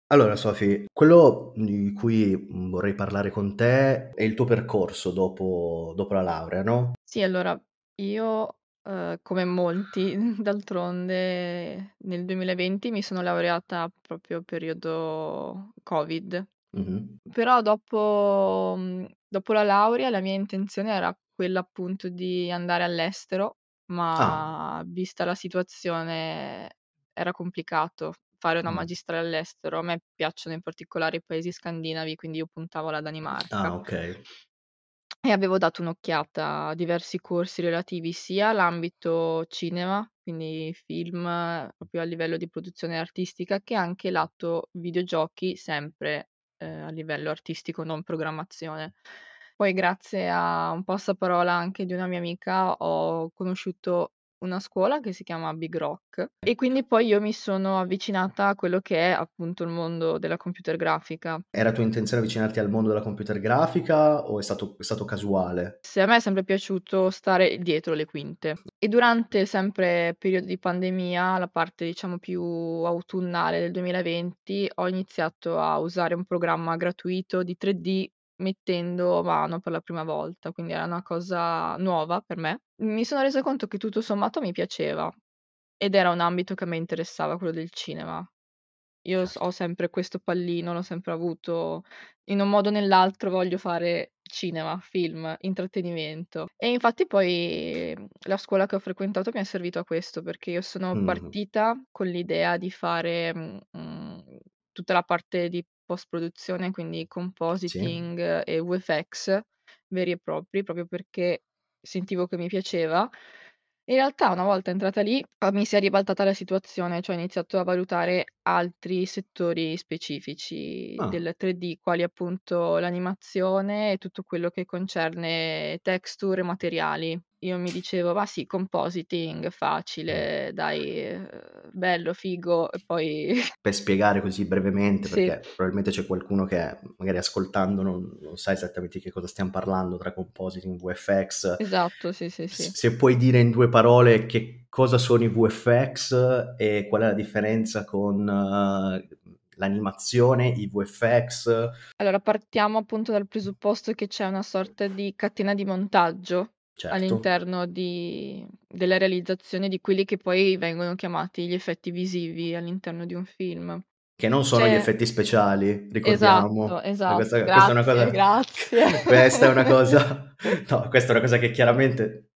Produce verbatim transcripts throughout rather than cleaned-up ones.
Allora Sophie, quello di cui, mhmm, vorrei parlare con te è il tuo percorso dopo dopo la laurea, no? Sì, allora io, uhm, come molti d'altronde nel duemilaventi mi sono laureata proprio periodo Covid. Mh-mh. Però dopo mhmm, dopo la laurea la mia intenzione era quella appunto di andare all'estero, Ah, ma vista la situazione era complicato fare una mh. magistrale all'estero. A me piacciono in particolare i paesi scandinavi, quindi io puntavo alla Ah, Danimarca. okay. E avevo dato un'occhiata a diversi corsi relativi sia all'ambito cinema, quindi film, proprio a livello di produzione artistica, che anche lato videogiochi, sempre, ehm, a livello artistico, non programmazione. Poi grazie a un passaparola anche di una mia amica ho conosciuto una scuola che si chiama Big Rock e quindi poi io mi sono avvicinata a quello che è appunto il mondo della computer grafica. Era tua intenzione avvicinarti al mondo della computer grafica o è stato è stato casuale? Sì, a me è sempre piaciuto stare dietro le quinte e durante sempre periodo di pandemia, la parte diciamo più autunnale del duemilaventi, ho iniziato a usare un programma gratuito di tre D mettendo mano per la prima volta, quindi era una cosa nuova per me. Mi sono resa conto che tutto sommato mi piaceva ed era un ambito che a me interessava, quello del cinema. Io s Certo. ho sempre questo pallino, l'ho sempre avuto, in un modo o nell'altro voglio fare cinema, film, intrattenimento. E infatti poi, mhmm, la scuola che ho frequentato mi è servito a questo, perché io sono Mh-mh. partita con l'idea di fare, mhmm, mhmm, tutta la parte di post produzione, quindi Sì. compositing e V F X veri e propri, proprio perché sentivo che mi piaceva. In realtà una volta entrata lì, uhm, mi si è ribaltata la situazione, cioè ho iniziato a valutare altri settori specifici Ah, del tre D, quali appunto l'animazione e tutto quello che concerne texture e materiali. Io mi dicevo: "Ma sì, compositing mh. facile, dai, uhm, bello, figo", e poi Per spiegare così brevemente, sì, perché probabilmente c'è qualcuno che magari ascoltando non non sa esattamente di che cosa stiam parlando tra compositing, V F X. esatto, sì, sì, sì. S se puoi dire in due parole che cosa sono i V F X e qual è la differenza con eh, l'animazione, i V F X. Allora, partiamo appunto dal presupposto che c'è una sorta di catena di montaggio Certo, all'interno di della realizzazione di quelli che poi vengono chiamati gli effetti visivi all'interno di un film. che non sono gli C'è effetti speciali, esatto, ricordiamo. Eh, esatto, questa questa è una grazie, cosa grazie. questa è una cosa no, questa è una cosa che chiaramente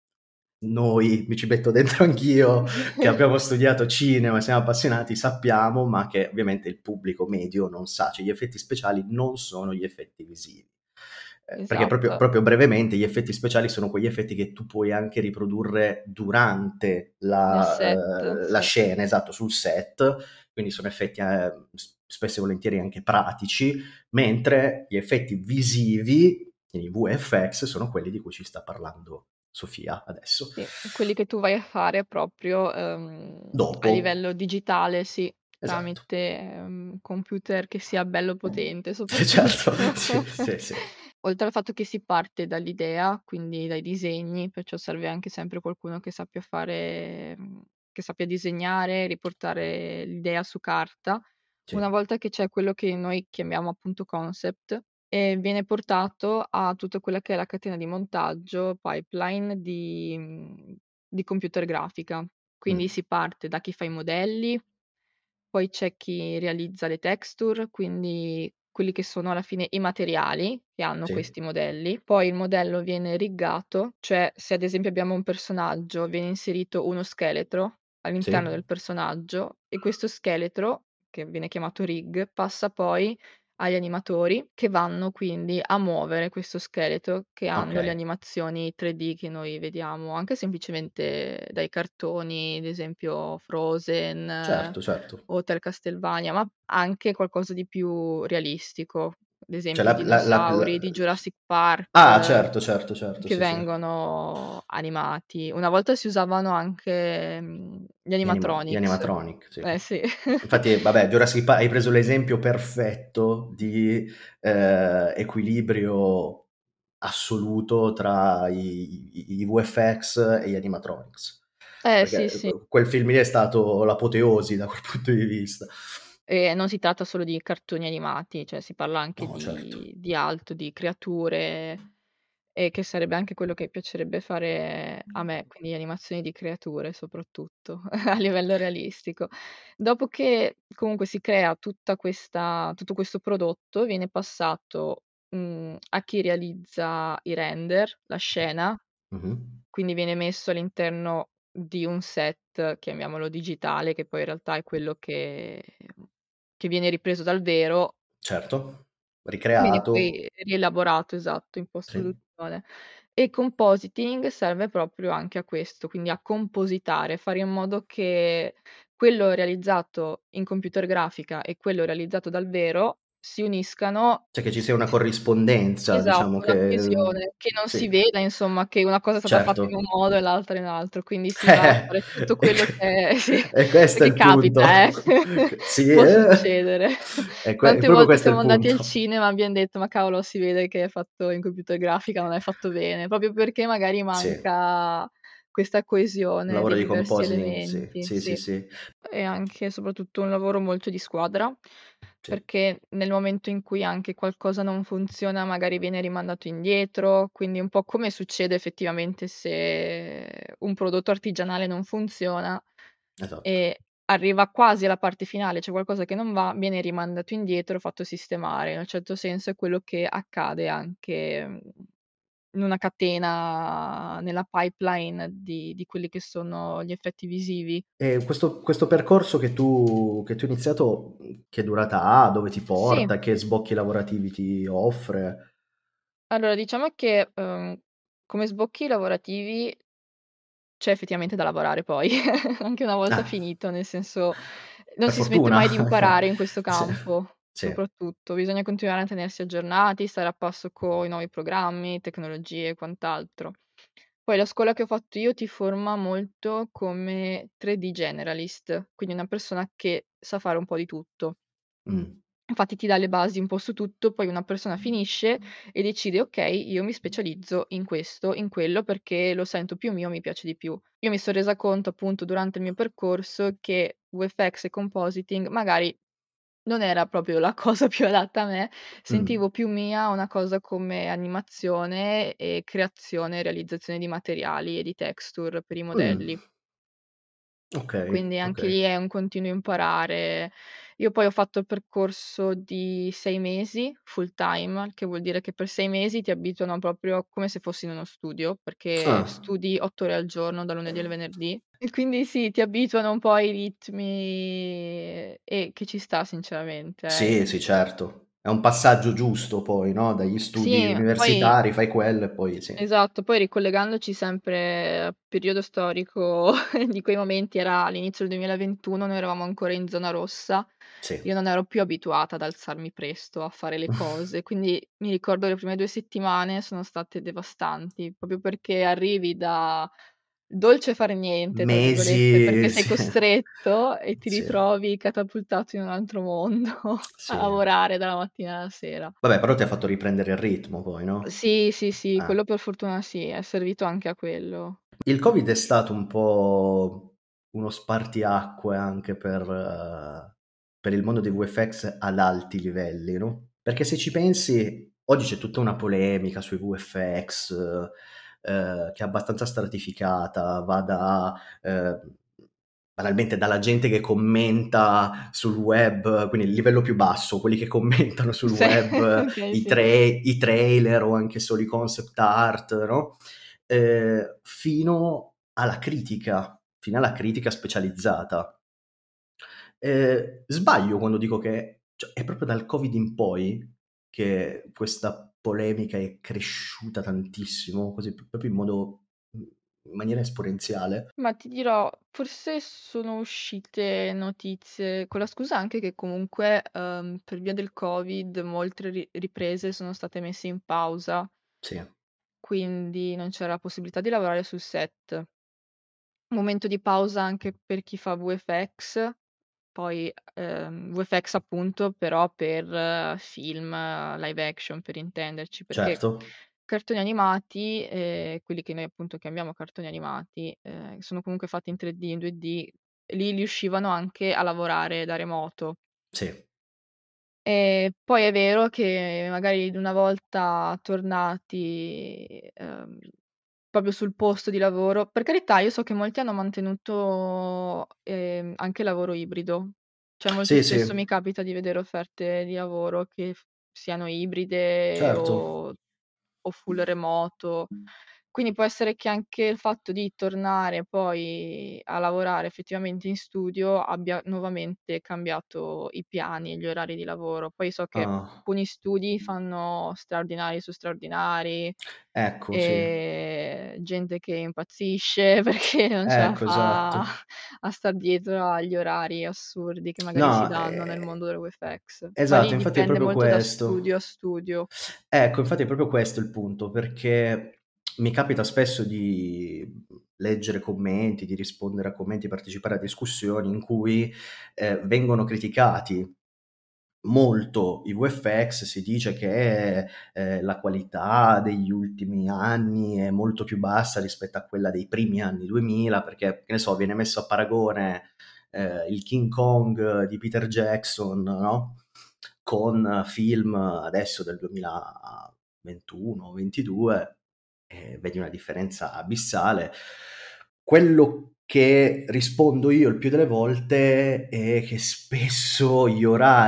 noi, mi ci metto dentro anch'io, che abbiamo studiato cinema, siamo appassionati, sappiamo, ma che ovviamente il pubblico medio non sa. Cioè gli effetti speciali non sono gli effetti visivi. Ehm, perché proprio Esatto, proprio brevemente gli effetti speciali sono quegli effetti che tu puoi anche riprodurre durante nel la set, ehm, la sì. scena, esatto, sul set, quindi sono effetti, ehm, s spesso e volentieri anche pratici, mentre gli effetti visivi, quindi i V F X, sono quelli di cui ci sta parlando Sofia adesso. Sì, quelli che tu vai a fare proprio, ehm, a Dopo, livello digitale, sì, esatto. tramite, ehm, computer che sia bello potente Certo, soprattutto. sì, sì, sì. Oltre al fatto che si parte dall'idea, quindi dai disegni, perciò serve anche sempre qualcuno che sappia fare mhmm, che sappia disegnare, riportare l'idea su carta. Sì, Una volta che c'è quello che noi chiamiamo appunto concept, ehm, viene portato a tutta quella che è la catena di montaggio, pipeline di mhmm, di computer grafica. mh, Quindi si parte da chi fa i modelli, poi c'è chi realizza le texture, quindi quelli che sono alla fine i materiali che hanno sì, questi modelli. Poi il modello viene riggato, cioè se ad esempio abbiamo un personaggio, viene inserito uno scheletro all'interno sì, del personaggio e questo scheletro, che viene chiamato rig, passa poi agli animatori che vanno quindi a muovere questo scheletro, che hanno le okay. animazioni tre D che noi vediamo anche semplicemente dai cartoni, ad esempio Frozen, eh, Certo, certo. Hotel Castelvania, ma anche qualcosa di più realistico, ad Cioè esempio i la la la la dinosauri di Jurassic Park, ah, eh, certo, certo, certo, che sì, sì. vengono animati. Una volta si usavano anche, mhmm, gli Gli anima gli animatronics. animatronic, sì. Eh sì. Infatti vabbè, Jurassic Pa hai preso l'esempio perfetto di, ehm, equilibrio assoluto tra i i i V F X e gli animatronics. Eh sì, Perché sì. q quel film lì è stato l'apoteosi da quel punto di vista. E non si tratta solo di cartoni animati, cioè si parla anche No, certo. di di altro, di creature, e che sarebbe anche quello che piacerebbe fare a me, quindi animazioni di creature soprattutto, a livello realistico. Dopo che comunque si crea tutta questa tutto questo prodotto, viene passato, mhmm, a chi realizza i render, la scena, Mh-mh. quindi viene messo all'interno di un set, chiamiamolo digitale, che poi in realtà è quello che che viene ripreso dal vero. Certo. Viene Ricreato. poi rielaborato, esatto, in Sì. post-produzione. E compositing serve proprio anche a questo, quindi a compositare, fare in modo che quello realizzato in computer grafica e quello realizzato dal vero si uniscano. Cioè che ci sia una corrispondenza, Esatto, diciamo una che l coesione, che non si sì. veda insomma che una cosa è stata fatta in Certo. un modo e l'altra in un altro, quindi si va a Eh, fare tutto e quello q che sì, e questo è perché il punto. capita eh, C sì, può eh, succedere. è que è Quante proprio volte questo il siamo andati al punto. cinema, abbiam detto: "Ma cavolo si vede che è fatto in computer grafica, non è fatto bene", proprio perché magari Sì. manca questa Un coesione lavoro dei di diversi compositing, sì, elementi, sì, sì, sì. sì. E anche e soprattutto un lavoro molto di squadra, Sì. perché nel momento in cui anche qualcosa non funziona, magari viene rimandato indietro, quindi un po' come succede effettivamente se un prodotto artigianale non funziona Esatto. e arriva quasi alla parte finale, c'è qualcosa che non va, viene rimandato indietro, fatto sistemare. In un certo senso è quello che accade anche, mhmm, in una catena, nella pipeline di di quelli che sono gli effetti visivi. E questo questo percorso che tu che tu hai iniziato, mhmm, che durata ha? Dove ti Sì. porta? Che sbocchi lavorativi ti offre? Allora diciamo che, uhm, come sbocchi lavorativi c'è effettivamente da lavorare poi, anche una volta Ah. finito, nel senso, non Per si smette fortuna. mai di imparare in questo Sì, campo, sì. soprattutto. Bisogna continuare a tenersi aggiornati, stare a passo coi nuovi programmi, tecnologie e quant'altro. Poi la scuola che ho fatto io ti forma molto come tre D generalist, quindi una persona che sa fare un po' di tutto. Mh. Infatti ti dà le basi un po' su tutto, poi una persona finisce e decide: "Okay, io mi specializzo in questo, in quello, perché lo sento più mio, mi piace di più". Io mi son resa conto, appunto, durante il mio percorso che V F X e compositing magari non era proprio la cosa più adatta a me, Mh. sentivo più mia una cosa come animazione e creazione e realizzazione di materiali e di texture per i Mh. modelli. Okay, Quindi anche okay. lì è un continuo imparare. Io poi ho fatto il percorso di sei mesi full time, il che vuol dire che per sei mesi ti abituano proprio come se fossi in uno studio, perché Ah. studi otto ore al giorno dal lunedì al venerdì e quindi sì, ti abituano un po' ai ritmi e che ci sta sinceramente, Sì, eh. sì, certo. È un passaggio giusto poi, no, dagli studi Sì, poi universitari, fai quello e poi sì. esatto, poi ricollegandoci sempre al periodo storico di quei momenti, era all'inizio del duemilaventuno, noi eravamo ancora in zona rossa, Sì. io non ero più abituata ad alzarmi presto, a fare le cose, quindi mi ricordo le prime due settimane sono state devastanti, proprio perché arrivi da "dolce far niente", tra virgolette, perché Mesi, sei sì. costretto e ti Sì. ritrovi catapultato in un altro mondo a Sì. lavorare dalla mattina alla sera. Vabbè, però ti ha fatto riprendere il ritmo poi, no? Sì, sì, sì, Eh. quello per fortuna sì, è servito anche a quello. Il Covid è stato un po' uno spartiacque anche per per il mondo dei V F X ad alti livelli, no, perché se ci pensi, oggi c'è tutta una polemica sui V F X, ehm, che è abbastanza stratificata, va da, ehm, banalmente dalla gente che commenta sul web, quindi il livello più basso, quelli che commentano sul Sì, web okay, i sì. tra i trailer o anche solo i concept art, no, ehm, fino alla critica, fino alla critica specializzata. Ehm, sbaglio quando dico che cioè è proprio dal Covid in poi che questa polemica è cresciuta tantissimo, così p proprio in modo mhmm, in maniera esponenziale? Ma ti dirò, forse sono uscite notizie con la scusa anche che comunque, uhm, per via del Covid molte ri riprese sono state messe in pausa, Sì, quindi non c'era la possibilità di lavorare sul set. Momento di pausa anche per chi fa V F X, poi, ehm, V F X appunto, però per eh, film eh, live action, per intenderci, perché certo. cartoni animati, ehm, quelli che noi appunto chiamiamo cartoni animati, ehm, sono comunque fatti in tre D, in due D, lì riuscivano anche a lavorare da remoto. Sì. E poi è vero che magari una volta tornati, ehm, proprio sul posto di lavoro per carità io so che molti hanno mantenuto, ehm, anche lavoro ibrido. Cioè molto Sì, spesso sì. mi capita di vedere offerte di lavoro che f siano ibride Certo. o o full remoto. Quindi può essere che anche il fatto di tornare poi a lavorare effettivamente in studio abbia nuovamente cambiato i piani e gli orari di lavoro. Poi so che Ah. alcuni studi fanno straordinari su straordinari, Ecco, sì. ehm, gente che impazzisce perché non ce la Ecco, fa esatto. a star dietro agli orari assurdi che magari si No, danno nel ehm mondo del VFX. Ma esatto, lì infatti è dipende proprio molto da questo. studio a studio. Ecco, infatti è proprio questo il punto, perché mi capita spesso di, mhmm, leggere commenti, di rispondere a commenti, partecipare a discussioni in cui, ehm, vengono criticati molto i V F X, si dice che, ehm, la qualità degli ultimi anni è molto più bassa rispetto a quella dei primi anni duemila, perché, che ne so, viene messo a paragone, ehm, il King Kong di Peter Jackson, no, con film adesso del duemilaventuno, ventidue e vedi una differenza abissale. Quello che rispondo io il più delle volte è che spesso gli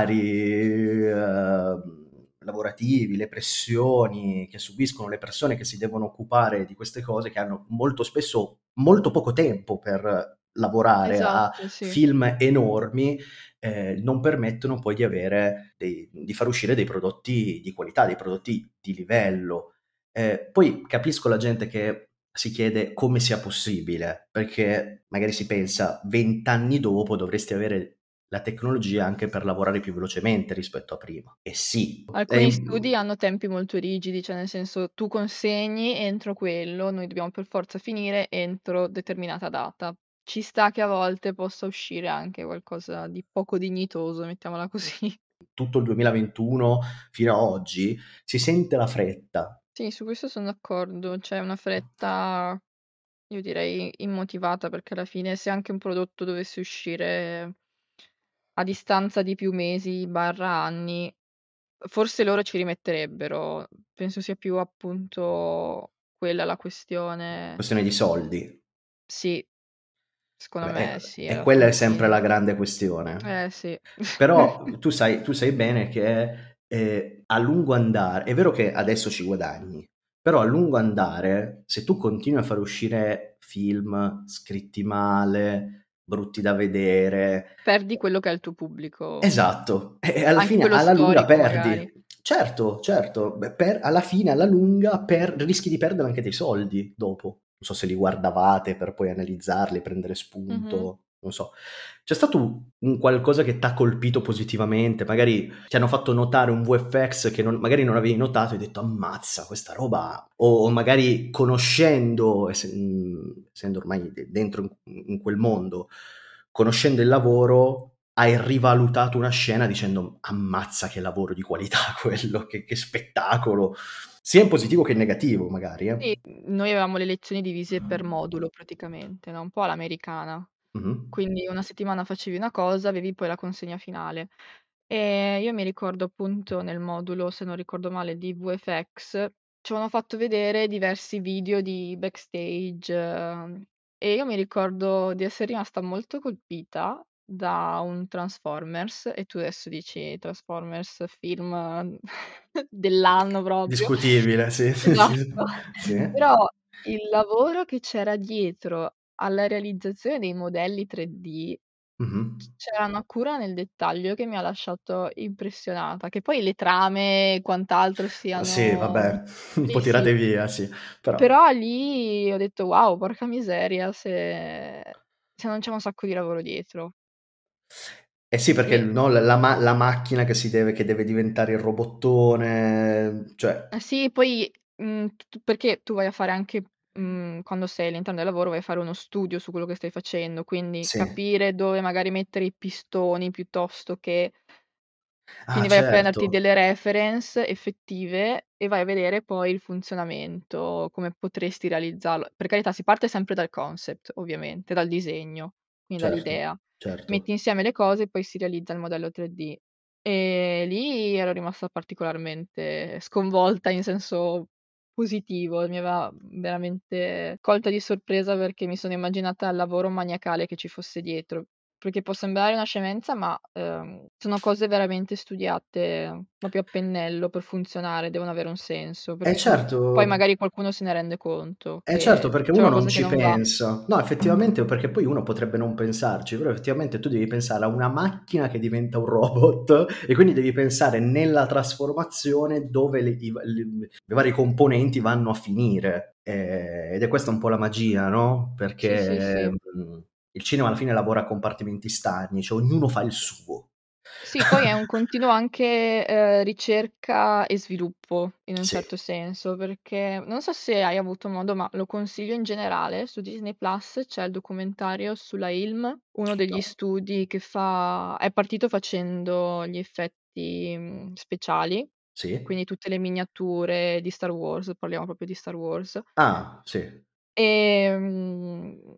orari, uhm, lavorativi, le pressioni che subiscono le persone che si devono occupare di queste cose, che hanno molto spesso molto poco tempo per lavorare a Esatto, sì. film enormi, ehm, non permettono poi di avere dei di far uscire dei prodotti di qualità, dei prodotti di livello. Ehm, poi capisco la gente che si chiede come sia possibile, perché magari si pensa: venti anni dopo dovresti avere la tecnologia anche per lavorare più velocemente rispetto a prima. E sì, è Alcuni im studi hanno tempi molto rigidi, cioè nel senso tu consegni entro quello, noi dobbiamo per forza finire entro determinata data. Ci sta che a volte possa uscire anche qualcosa di poco dignitoso, mettiamola così. tutto il duemilaventuno fino a oggi, si sente la fretta. Sì, su questo son d'accordo. C'è una fretta, io direi immotivata, perché alla fine se anche un prodotto dovesse uscire a distanza di più mesi barra anni, forse loro ci rimetterebbero. Penso sia più appunto quella la questione. Questione di soldi. Sì, secondo Vabbè, me ecco, sì, e alla quella è fin sempre fine. la grande questione. Eh sì. Però tu sai tu sai bene che, ehm, a lungo andare è vero che adesso ci guadagni, però a lungo andare, se tu continui a far uscire film scritti male, brutti da vedere Perdi quello che è il tuo pubblico, esatto, e e alla anche fine quello alla lunga storico magari. perdi. Certo, certo, beh, per alla fine, alla lunga, per rischi di perdere anche dei soldi dopo. Non so se li guardavate per poi analizzarli, prendere Mh-mh. spunto, non so. C'è stato un un qualcosa che t'ha colpito positivamente? Magari ti hanno fatto notare un V F X che non magari non avevi notato e hai detto: "Ammazza, questa roba" o magari conoscendo, esse mhmm, essendo ormai de dentro in in quel mondo, conoscendo il lavoro, hai rivalutato una scena dicendo: "Ammazza che lavoro di qualità quello, che che spettacolo." Sia in positivo che in negativo magari, eh. Sì, mhmm, noi avevamo le lezioni divise per modulo praticamente, no, un po' all'americana. Mh-mh. Quindi una settimana facevi una cosa, avevi poi la consegna finale. Ehm, io mi ricordo appunto nel modulo, se non ricordo male, di V F X, ci avevano fatto vedere diversi video di backstage, ehm, e io mi ricordo di essere rimasta molto colpita da un Transformers, e tu adesso dici: "Transformers film dell'anno proprio." Discutibile, sì, sì, sì. Esatto. Sì. Però il lavoro che c'era dietro alla realizzazione dei modelli tre D, Mh-mh. c c'era una cura nel dettaglio che mi ha lasciato impressionata. Che poi le trame e quant'altro Sì, siano vabbè, un sì, po' sì, tirate via, sì, però però lì ho detto: "Wow, porca miseria se se non c'è un sacco di lavoro dietro." eh sì, perché E il no, la ma la macchina che si deve che deve diventare il robottone, cioè eh sì, poi, mhmm, t perché tu vai a fare anche mhmm, quando sei all'interno del lavoro vai a fare uno studio su quello che stai facendo, quindi sì. capire dove magari mettere i pistoni piuttosto che Ah, quindi vai a prenderti certo. delle reference effettive e vai a vedere poi il funzionamento, come potresti realizzarlo. Per carità, si parte sempre dal concept ovviamente, dal disegno. mi dà Certo, l'idea. Metti certo. insieme le cose e poi si realizza il modello tre D. E lì ero rimasta particolarmente sconvolta in senso positivo, mi aveva veramente colta di sorpresa perché mi sono immaginata il lavoro maniacale che ci fosse dietro. Perché può sembrare una scemenza, ma, ehm, sono cose veramente studiate proprio a pennello per funzionare, devono avere un senso, Eh perché sennò poi certo. magari qualcuno se ne rende conto Eh certo, che perché c'è uno non qualcosa che ci non va. pensa. No, effettivamente, perché poi uno potrebbe non pensarci, però effettivamente tu devi pensare a una macchina che diventa un robot e quindi devi pensare nella trasformazione dove le i va l le varie componenti vanno a finire. Ehm, ed è questa un po' la magia, no, Sì, sì, perché, sì. mhmm, il cinema alla fine lavora a compartimenti stagni, cioè ognuno fa il suo. Sì, poi è un continuo anche, ehm, ricerca e sviluppo, in un Sì, certo senso, perché non so se hai avuto modo, ma lo consiglio in generale, su Disney Plus c'è il documentario sulla I L M, uno degli no, studi che fa è partito facendo gli effetti, mhmm, speciali, sì. quindi tutte le miniature di Star Wars, parliamo proprio di Star Wars. Ah, sì, Ehm,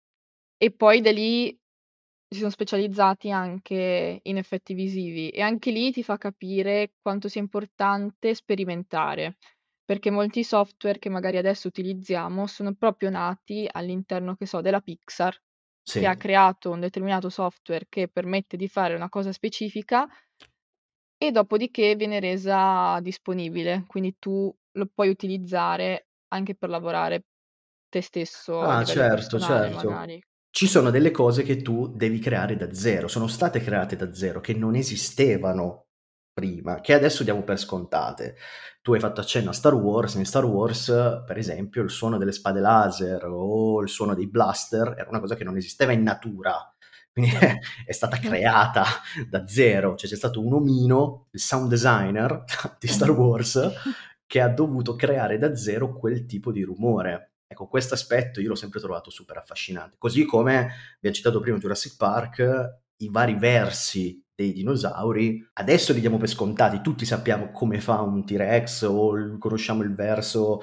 e poi da lì si sono specializzati anche in effetti visivi e anche lì ti fa capire quanto sia importante sperimentare, perché molti software che magari adesso utilizziamo sono proprio nati all'interno, che so, della Pixar, che ha sì. creato un determinato software che permette di fare una cosa specifica e dopodiché viene resa disponibile, quindi tu lo puoi utilizzare anche per lavorare te stesso a Ah, livello certo, personale certo. magari. Ci sono delle cose che tu devi creare da zero, sono state create da zero, che non esistevano prima, che adesso diamo per scontate. Tu hai fatto accenno a Star Wars, in Star Wars, per esempio, il suono delle spade laser o il suono dei blaster era una cosa che non esisteva in natura, quindi No. è stata creata da zero, cioè c'è stato un omino, il sound designer di Star Wars, che ha dovuto creare da zero quel tipo di rumore. Ecco, questo aspetto io l'ho sempre trovato super affascinante. Così come abbiam citato prima Jurassic Park, i vari versi dei dinosauri, adesso li diamo per scontati, tutti sappiamo come fa un T-Rex o il conosciamo il verso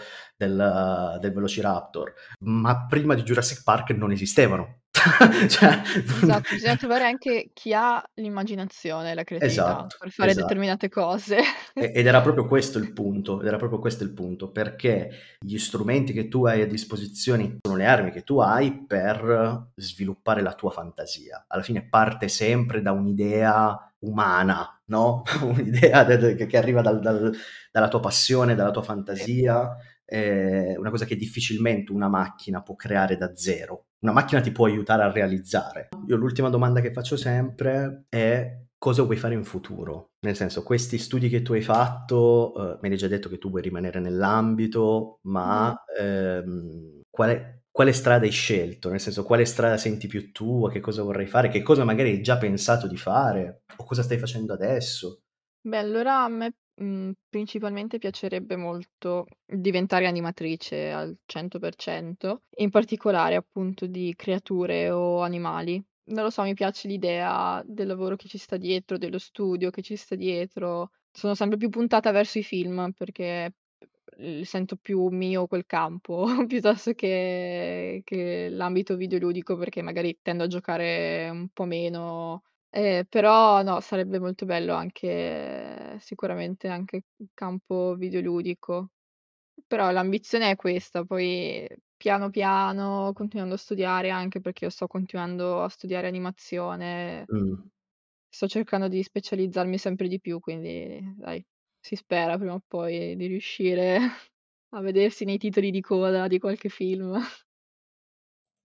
del del Velociraptor, ma prima di Jurassic Park non esistevano. Cioè non Esatto, bisogna trovare anche chi ha l'immaginazione e la creatività esatto, per fare esatto. determinate cose. E ed era proprio questo il punto, ed era proprio questo il punto, perché gli strumenti che tu hai a disposizione sono le armi che tu hai per sviluppare la tua fantasia. Alla fine parte sempre da un'idea umana, no, un'idea de de che che arriva dal dal dalla tua passione, dalla tua Sì. fantasia, ehm, una cosa che difficilmente una macchina può creare da zero. Una macchina ti può aiutare a realizzare. Io l'ultima domanda che faccio sempre è: cosa vuoi fare in futuro? Nel senso, questi studi che tu hai fatto, uhm, me l'hai già detto che tu vuoi rimanere nell'ambito, ma, Mh-mh. ehm, quale quale strada hai scelto? Nel senso, quale strada senti più tua? Che cosa vorrai fare? Che cosa magari hai già pensato di fare? O cosa stai facendo adesso? Beh, allora a me, mhmm, principalmente piacerebbe molto diventare animatrice al cento per cento, in particolare appunto di creature o animali. Non lo so, mi piace l'idea del lavoro che ci sta dietro, dello studio che ci sta dietro. Sono sempre più puntata verso i film perché, l sento più mio quel campo piuttosto che che l'ambito videoludico, perché magari tendo a giocare un po' meno. Ehm, però no, sarebbe molto bello anche sicuramente anche il campo videoludico. Però l'ambizione è questa, poi piano piano, continuando a studiare, anche perché io sto continuando a studiare animazione, Mh. sto cercando di specializzarmi sempre di più, quindi dai, si spera prima o poi di riuscire a vedersi nei titoli di coda di qualche film.